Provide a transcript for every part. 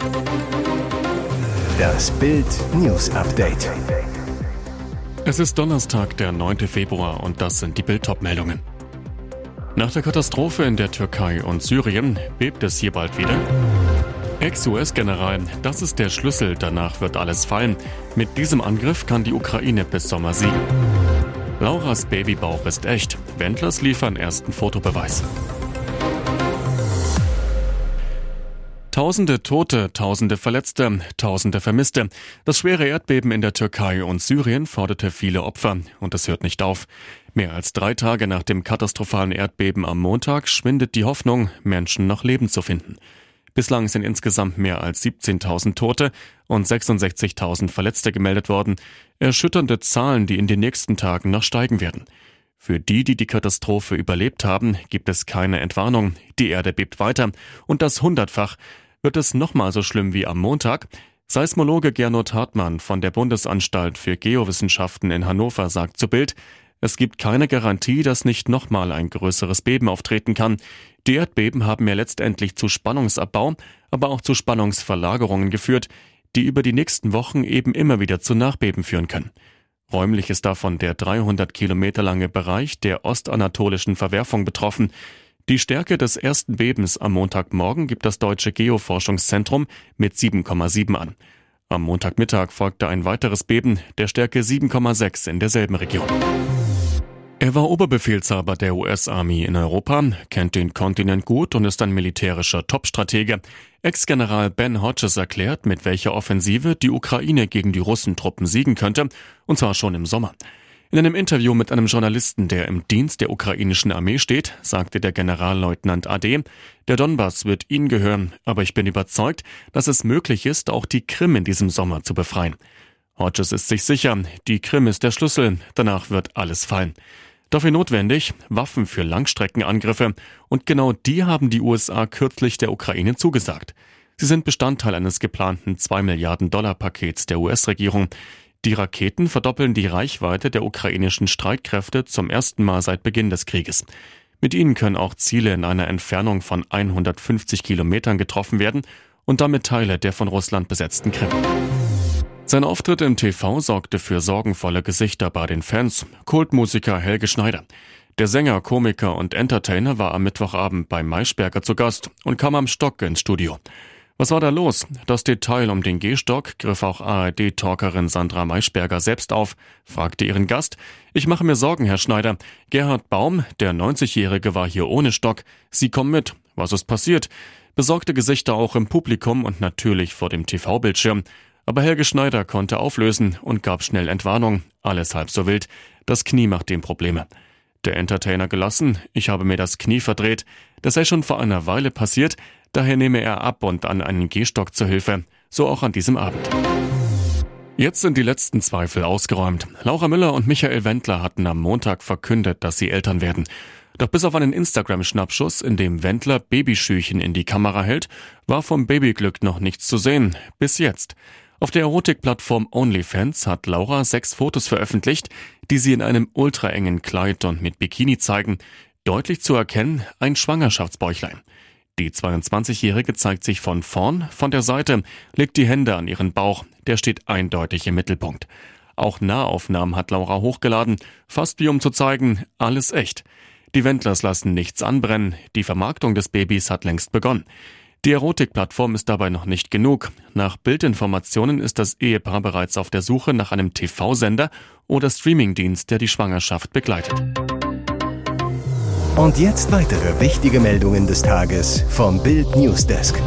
Das Bild News Update. Es ist Donnerstag, der 9. Februar und das sind die Bild-Top-Meldungen. Nach der Katastrophe in der Türkei und Syrien bebt es hier bald wieder. Ex-US-General, das ist der Schlüssel, danach wird alles fallen. Mit diesem Angriff kann die Ukraine bis Sommer siegen. Lauras Babybauch ist echt. Wendlers liefern ersten Fotobeweis. Tausende Tote, Tausende Verletzte, Tausende Vermisste. Das schwere Erdbeben in der Türkei und Syrien forderte viele Opfer. Und es hört nicht auf. Mehr als 3 Tage nach dem katastrophalen Erdbeben am Montag schwindet die Hoffnung, Menschen noch lebend zu finden. Bislang sind insgesamt mehr als 17.000 Tote und 66.000 Verletzte gemeldet worden. Erschütternde Zahlen, die in den nächsten Tagen noch steigen werden. Für die die Katastrophe überlebt haben, gibt es keine Entwarnung. Die Erde bebt weiter. Und das 100-fach. Wird es nochmal so schlimm wie am Montag? Seismologe Gernot Hartmann von der Bundesanstalt für Geowissenschaften in Hannover sagt zu Bild: Es gibt keine Garantie, dass nicht nochmal ein größeres Beben auftreten kann. Die Erdbeben haben ja letztendlich zu Spannungsabbau, aber auch zu Spannungsverlagerungen geführt, die über die nächsten Wochen eben immer wieder zu Nachbeben führen können. Räumlich ist davon der 300 Kilometer lange Bereich der ostanatolischen Verwerfung betroffen. Die Stärke des ersten Bebens am Montagmorgen gibt das Deutsche Geoforschungszentrum mit 7,7 an. Am Montagmittag folgte ein weiteres Beben der Stärke 7,6 in derselben Region. Er war Oberbefehlshaber der US-Army in Europa, kennt den Kontinent gut und ist ein militärischer Top-Stratege. Ex-General Ben Hodges erklärt, mit welcher Offensive die Ukraine gegen die Russentruppen siegen könnte, und zwar schon im Sommer. In einem Interview mit einem Journalisten, der im Dienst der ukrainischen Armee steht, sagte der Generalleutnant AD, der Donbass wird Ihnen gehören, aber ich bin überzeugt, dass es möglich ist, auch die Krim in diesem Sommer zu befreien. Hodges ist sich sicher, die Krim ist der Schlüssel, danach wird alles fallen. Dafür notwendig Waffen für Langstreckenangriffe, und genau die haben die USA kürzlich der Ukraine zugesagt. Sie sind Bestandteil eines geplanten $2 Milliarden Pakets der US-Regierung. Die Raketen verdoppeln die Reichweite der ukrainischen Streitkräfte zum ersten Mal seit Beginn des Krieges. Mit ihnen können auch Ziele in einer Entfernung von 150 Kilometern getroffen werden und damit Teile der von Russland besetzten Krim. Sein Auftritt im TV sorgte für sorgenvolle Gesichter bei den Fans. Kultmusiker Helge Schneider. Der Sänger, Komiker und Entertainer war am Mittwochabend bei Maischberger zu Gast und kam am Stock ins Studio. Was war da los? Das Detail um den Gehstock griff auch ARD-Talkerin Sandra Maischberger selbst auf, fragte ihren Gast: Ich mache mir Sorgen, Herr Schneider. Gerhard Baum, der 90-Jährige, war hier ohne Stock. Sie kommen mit. Was ist passiert? Besorgte Gesichter auch im Publikum und natürlich vor dem TV-Bildschirm. Aber Helge Schneider konnte auflösen und gab schnell Entwarnung. Alles halb so wild. Das Knie macht ihm Probleme. Der Entertainer gelassen: Ich habe mir das Knie verdreht. Das sei schon vor einer Weile passiert. Daher nehme er ab und an einen Gehstock zur Hilfe. So auch an diesem Abend. Jetzt sind die letzten Zweifel ausgeräumt. Laura Müller und Michael Wendler hatten am Montag verkündet, dass sie Eltern werden. Doch bis auf einen Instagram-Schnappschuss, in dem Wendler Babyschüchen in die Kamera hält, war vom Babyglück noch nichts zu sehen. Bis jetzt. Auf der Erotikplattform OnlyFans hat Laura 6 Fotos veröffentlicht, die sie in einem ultraengen Kleid und mit Bikini zeigen. Deutlich zu erkennen, ein Schwangerschaftsbäuchlein. Die 22-Jährige zeigt sich von vorn, von der Seite, legt die Hände an ihren Bauch. Der steht eindeutig im Mittelpunkt. Auch Nahaufnahmen hat Laura hochgeladen, fast wie um zu zeigen, alles echt. Die Wendlers lassen nichts anbrennen. Die Vermarktung des Babys hat längst begonnen. Die Erotikplattform ist dabei noch nicht genug. Nach Bildinformationen ist das Ehepaar bereits auf der Suche nach einem TV-Sender oder Streamingdienst, der die Schwangerschaft begleitet. Und jetzt weitere wichtige Meldungen des Tages vom Bild Newsdesk.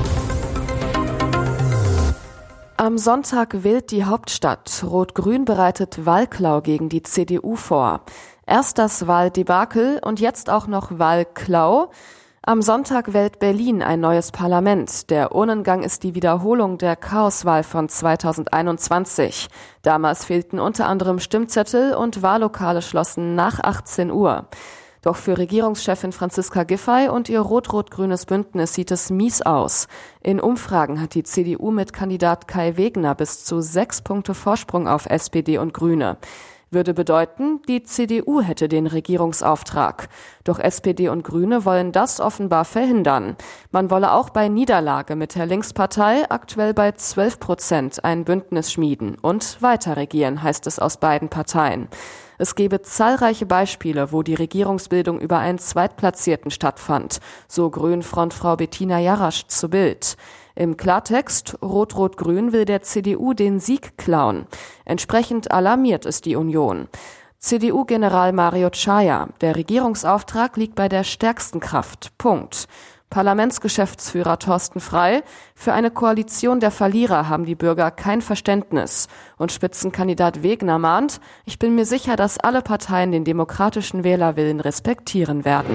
Am Sonntag wählt die Hauptstadt. Rot-Grün bereitet Wahlklau gegen die CDU vor. Erst das Wahldebakel und jetzt auch noch Wahlklau. Am Sonntag wählt Berlin ein neues Parlament. Der Urnengang ist die Wiederholung der Chaoswahl von 2021. Damals fehlten unter anderem Stimmzettel und Wahllokale schlossen nach 18 Uhr. Doch für Regierungschefin Franziska Giffey und ihr rot-rot-grünes Bündnis sieht es mies aus. In Umfragen hat die CDU mit Kandidat Kai Wegner bis zu 6 Punkte Vorsprung auf SPD und Grüne. Würde bedeuten, die CDU hätte den Regierungsauftrag. Doch SPD und Grüne wollen das offenbar verhindern. Man wolle auch bei Niederlage mit der Linkspartei, aktuell bei 12%, ein Bündnis schmieden und weiter regieren, heißt es aus beiden Parteien. Es gebe zahlreiche Beispiele, wo die Regierungsbildung über einen Zweitplatzierten stattfand, so Grün-Frontfrau Bettina Jarasch zu Bild. Im Klartext, Rot-Rot-Grün will der CDU den Sieg klauen. Entsprechend alarmiert ist die Union. CDU-General Mario Chaya, der Regierungsauftrag liegt bei der stärksten Kraft. Punkt. Parlamentsgeschäftsführer Thorsten Frey: Für eine Koalition der Verlierer haben die Bürger kein Verständnis. Und Spitzenkandidat Wegner mahnt: Ich bin mir sicher, dass alle Parteien den demokratischen Wählerwillen respektieren werden.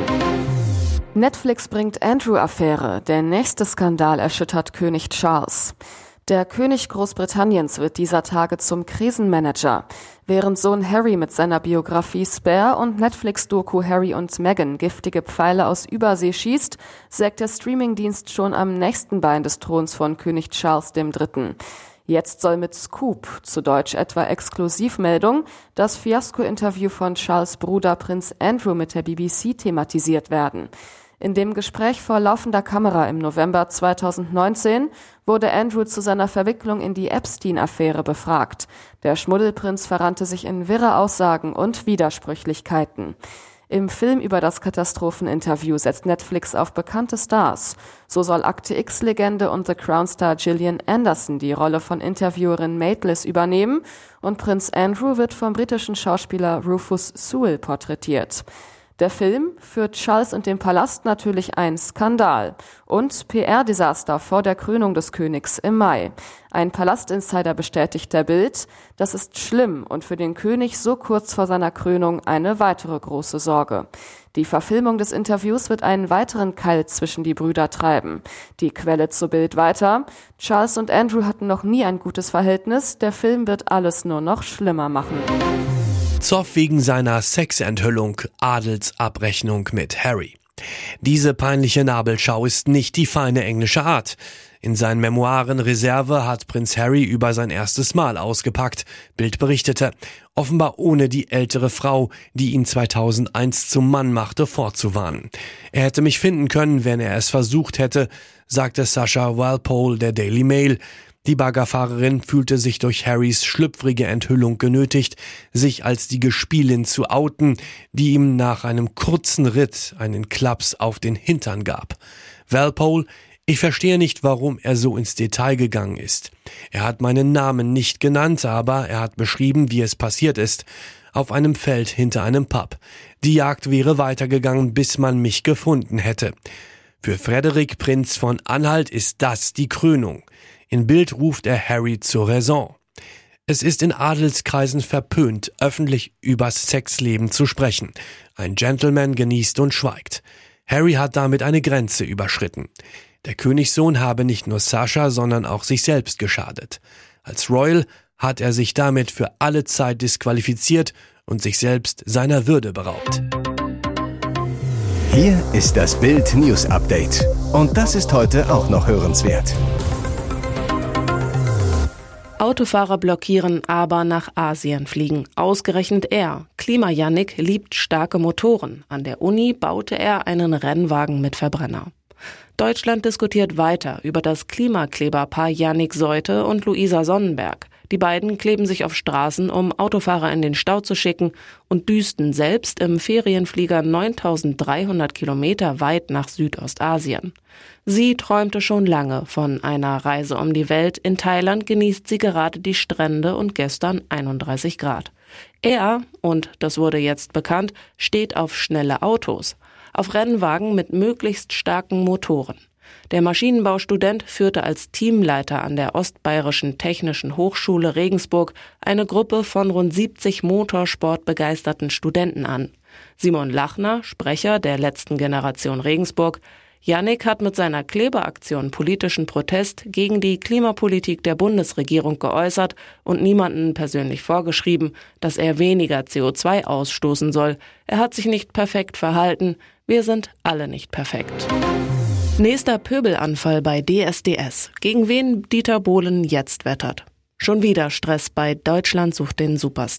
Netflix bringt Andrew-Affäre. Der nächste Skandal erschüttert König Charles. Der König Großbritanniens wird dieser Tage zum Krisenmanager. Während Sohn Harry mit seiner Biografie Spare und Netflix-Doku Harry und Meghan giftige Pfeile aus Übersee schießt, sägt der Streamingdienst schon am nächsten Bein des Throns von König Charles III. Jetzt soll mit Scoop, zu Deutsch etwa Exklusivmeldung, das Fiasko-Interview von Charles' Bruder Prinz Andrew mit der BBC thematisiert werden. In dem Gespräch vor laufender Kamera im November 2019 wurde Andrew zu seiner Verwicklung in die Epstein-Affäre befragt. Der Schmuddelprinz verrannte sich in wirre Aussagen und Widersprüchlichkeiten. Im Film über das Katastropheninterview setzt Netflix auf bekannte Stars. So soll Akte X-Legende und The Crown-Star Gillian Anderson die Rolle von Interviewerin Maitlis übernehmen und Prinz Andrew wird vom britischen Schauspieler Rufus Sewell porträtiert. Der Film führt Charles und den Palast natürlich ein Skandal und PR-Desaster vor der Krönung des Königs im Mai. Ein Palastinsider bestätigt der Bild: Das ist schlimm und für den König so kurz vor seiner Krönung eine weitere große Sorge. Die Verfilmung des Interviews wird einen weiteren Keil zwischen die Brüder treiben. Die Quelle zu Bild weiter: Charles und Andrew hatten noch nie ein gutes Verhältnis, der Film wird alles nur noch schlimmer machen. Zoff wegen seiner Sexenthüllung, Adelsabrechnung mit Harry. Diese peinliche Nabelschau ist nicht die feine englische Art. In seinen Memoiren Reserve hat Prinz Harry über sein erstes Mal ausgepackt. Bild berichtete, offenbar ohne die ältere Frau, die ihn 2001 zum Mann machte, vorzuwarnen. Er hätte mich finden können, wenn er es versucht hätte, sagte Sasha Walpole der Daily Mail. Die Baggerfahrerin fühlte sich durch Harrys schlüpfrige Enthüllung genötigt, sich als die Gespielin zu outen, die ihm nach einem kurzen Ritt einen Klaps auf den Hintern gab. Walpole: Ich verstehe nicht, warum er so ins Detail gegangen ist. Er hat meinen Namen nicht genannt, aber er hat beschrieben, wie es passiert ist. Auf einem Feld hinter einem Pub. Die Jagd wäre weitergegangen, bis man mich gefunden hätte. Für Frederik, Prinz von Anhalt, ist das die Krönung. In Bild ruft er Harry zur Raison. Es ist in Adelskreisen verpönt, öffentlich übers Sexleben zu sprechen. Ein Gentleman genießt und schweigt. Harry hat damit eine Grenze überschritten. Der Königssohn habe nicht nur Sascha, sondern auch sich selbst geschadet. Als Royal hat er sich damit für alle Zeit disqualifiziert und sich selbst seiner Würde beraubt. Hier ist das Bild News Update. Und das ist heute auch noch hörenswert. Autofahrer blockieren, aber nach Asien fliegen. Ausgerechnet er. Klima-Jannik liebt starke Motoren. An der Uni baute er einen Rennwagen mit Verbrenner. Deutschland diskutiert weiter über das Klimakleberpaar Jannik Seute und Luisa Sonnenberg. Die beiden kleben sich auf Straßen, um Autofahrer in den Stau zu schicken und düsten selbst im Ferienflieger 9.300 Kilometer weit nach Südostasien. Sie träumte schon lange von einer Reise um die Welt. In Thailand genießt sie gerade die Strände und gestern 31 Grad. Er, und das wurde jetzt bekannt, steht auf schnelle Autos, auf Rennwagen mit möglichst starken Motoren. Der Maschinenbaustudent führte als Teamleiter an der Ostbayerischen Technischen Hochschule Regensburg eine Gruppe von rund 70 motorsportbegeisterten Studenten an. Simon Lachner, Sprecher der letzten Generation Regensburg: Jannik hat mit seiner Kleberaktion politischen Protest gegen die Klimapolitik der Bundesregierung geäußert und niemanden persönlich vorgeschrieben, dass er weniger CO2 ausstoßen soll. Er hat sich nicht perfekt verhalten. Wir sind alle nicht perfekt. Nächster Pöbelanfall bei DSDS. Gegen wen Dieter Bohlen jetzt wettert. Schon wieder Stress bei Deutschland sucht den Superstar.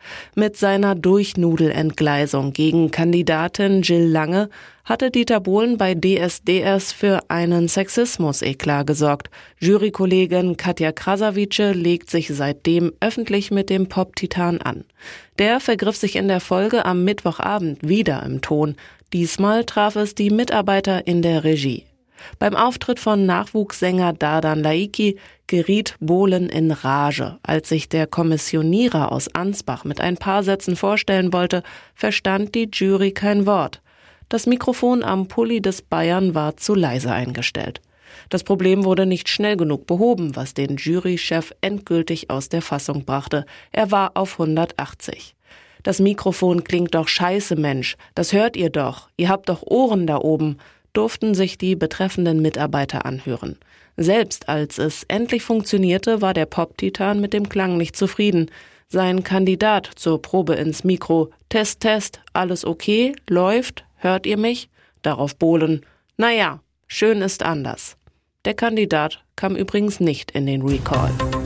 Mit seiner Durchnudelentgleisung gegen Kandidatin Jill Lange hatte Dieter Bohlen bei DSDS für einen Sexismus-Eklat gesorgt. Jurykollegin Katja Krasavice legt sich seitdem öffentlich mit dem Pop-Titan an. Der vergriff sich in der Folge am Mittwochabend wieder im Ton. Diesmal traf es die Mitarbeiter in der Regie. Beim Auftritt von Nachwuchssänger Dardan Laiki geriet Bohlen in Rage. Als sich der Kommissionierer aus Ansbach mit ein paar Sätzen vorstellen wollte, verstand die Jury kein Wort. Das Mikrofon am Pulli des Bayern war zu leise eingestellt. Das Problem wurde nicht schnell genug behoben, was den Jurychef endgültig aus der Fassung brachte. Er war auf 180. Das Mikrofon klingt doch scheiße, Mensch. Das hört ihr doch. Ihr habt doch Ohren da oben, durften sich die betreffenden Mitarbeiter anhören. Selbst als es endlich funktionierte, war der Pop-Titan mit dem Klang nicht zufrieden. Sein Kandidat zur Probe ins Mikro: Test, Test, alles okay, läuft, hört ihr mich? Darauf Bohlen: Naja, schön ist anders. Der Kandidat kam übrigens nicht in den Recall.